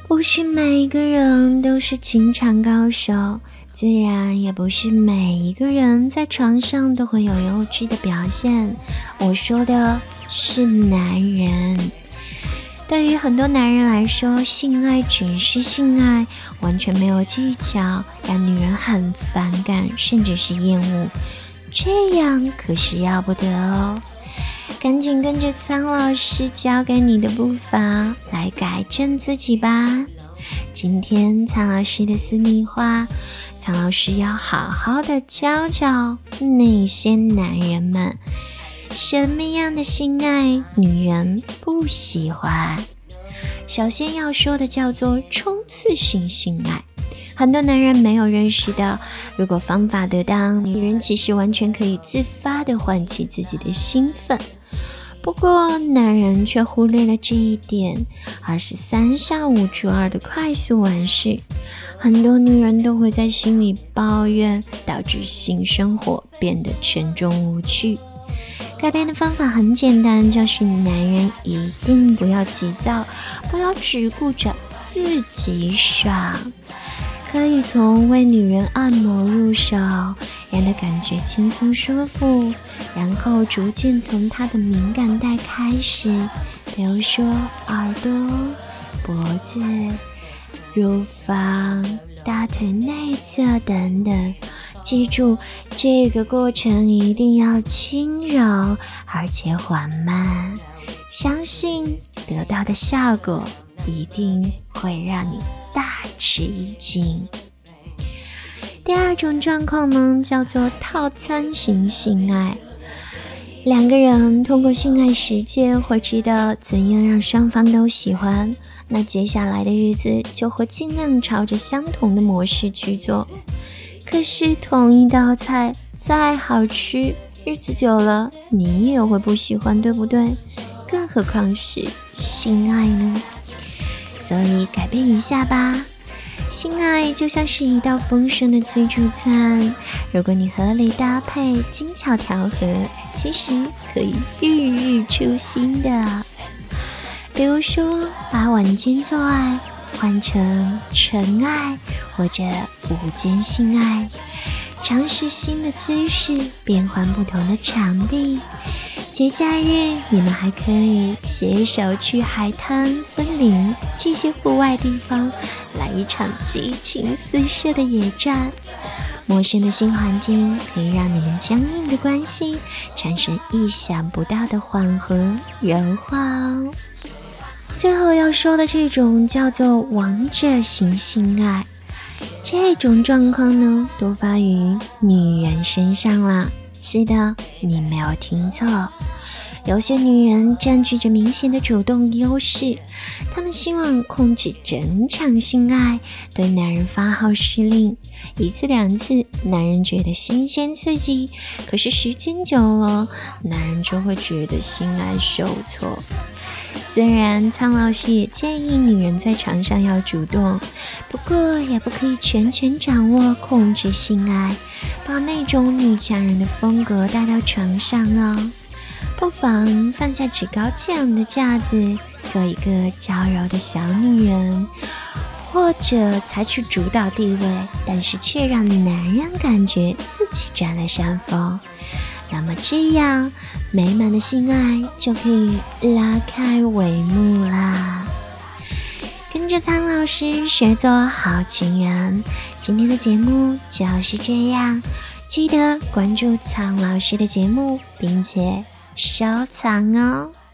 不是每个人都是情场高手，自然也不是每一个人在床上都会有优质的表现。我说的是男人。对于很多男人来说，性爱只是性爱，完全没有技巧，让女人很反感，甚至是厌恶。这样可是要不得哦。赶紧跟着苍老师教给你的步伐来改正自己吧。今天苍老师的私密话，苍老师要好好的教那些男人们，什么样的性爱女人不喜欢。首先要说的叫做冲刺性性爱。很多男人没有认识到，如果方法得当，女人其实完全可以自发地唤起自己的兴奋。不过男人却忽略了这一点，而是3下5除2的快速完事。很多女人都会在心里抱怨，导致性生活变得沉重无趣。改变的方法很简单，就是男人一定不要急躁，不要只顾着自己爽。可以从为女人按摩入手，让她感觉轻松舒服，然后逐渐从她的敏感带开始，比如说耳朵、脖子、乳房、大腿内侧等等。记住，这个过程一定要轻柔而且缓慢，相信得到的效果一定会让你大吃一惊。第二种状况呢，叫做套餐型性爱。两个人通过性爱实践会知道怎样让双方都喜欢，那接下来的日子就会尽量朝着相同的模式去做。可是同一道菜再好吃，日子久了你也会不喜欢，对不对？更何况是性爱呢？所以改变一下吧。性爱就像是一道丰盛的自助餐，如果你合理搭配，精巧调和，其实可以日日出新的。比如说把晚间做爱换成晨爱或者午间性爱，尝试新的姿势，变换不同的场地。节假日你们还可以携手去海滩、森林这些户外地方，来一场激情四射的野战。陌生的新环境可以让你们僵硬的关系产生意想不到的缓和柔化哦。最后要说的这种叫做王者型性爱，这种状况呢多发于女人身上啦。是的，你没有听错，有些女人占据着明显的主动优势，她们希望控制整场性爱，对男人发号施令，一次两次男人觉得新鲜刺激，可是时间久了，男人就会觉得性爱受挫。虽然苍老师也建议女人在床上要主动，不过也不可以全权掌握控制性爱，把那种女强人的风格带到床上哦。不妨放下趾高气扬的架子，做一个娇柔的小女人，或者采取主导地位，但是却让男人感觉自己占了上风。那么这样美满的性爱就可以拉开帷幕啦。跟着苍老师学做好情人，今天的节目就是这样，记得关注苍老师的节目并且收藏哦。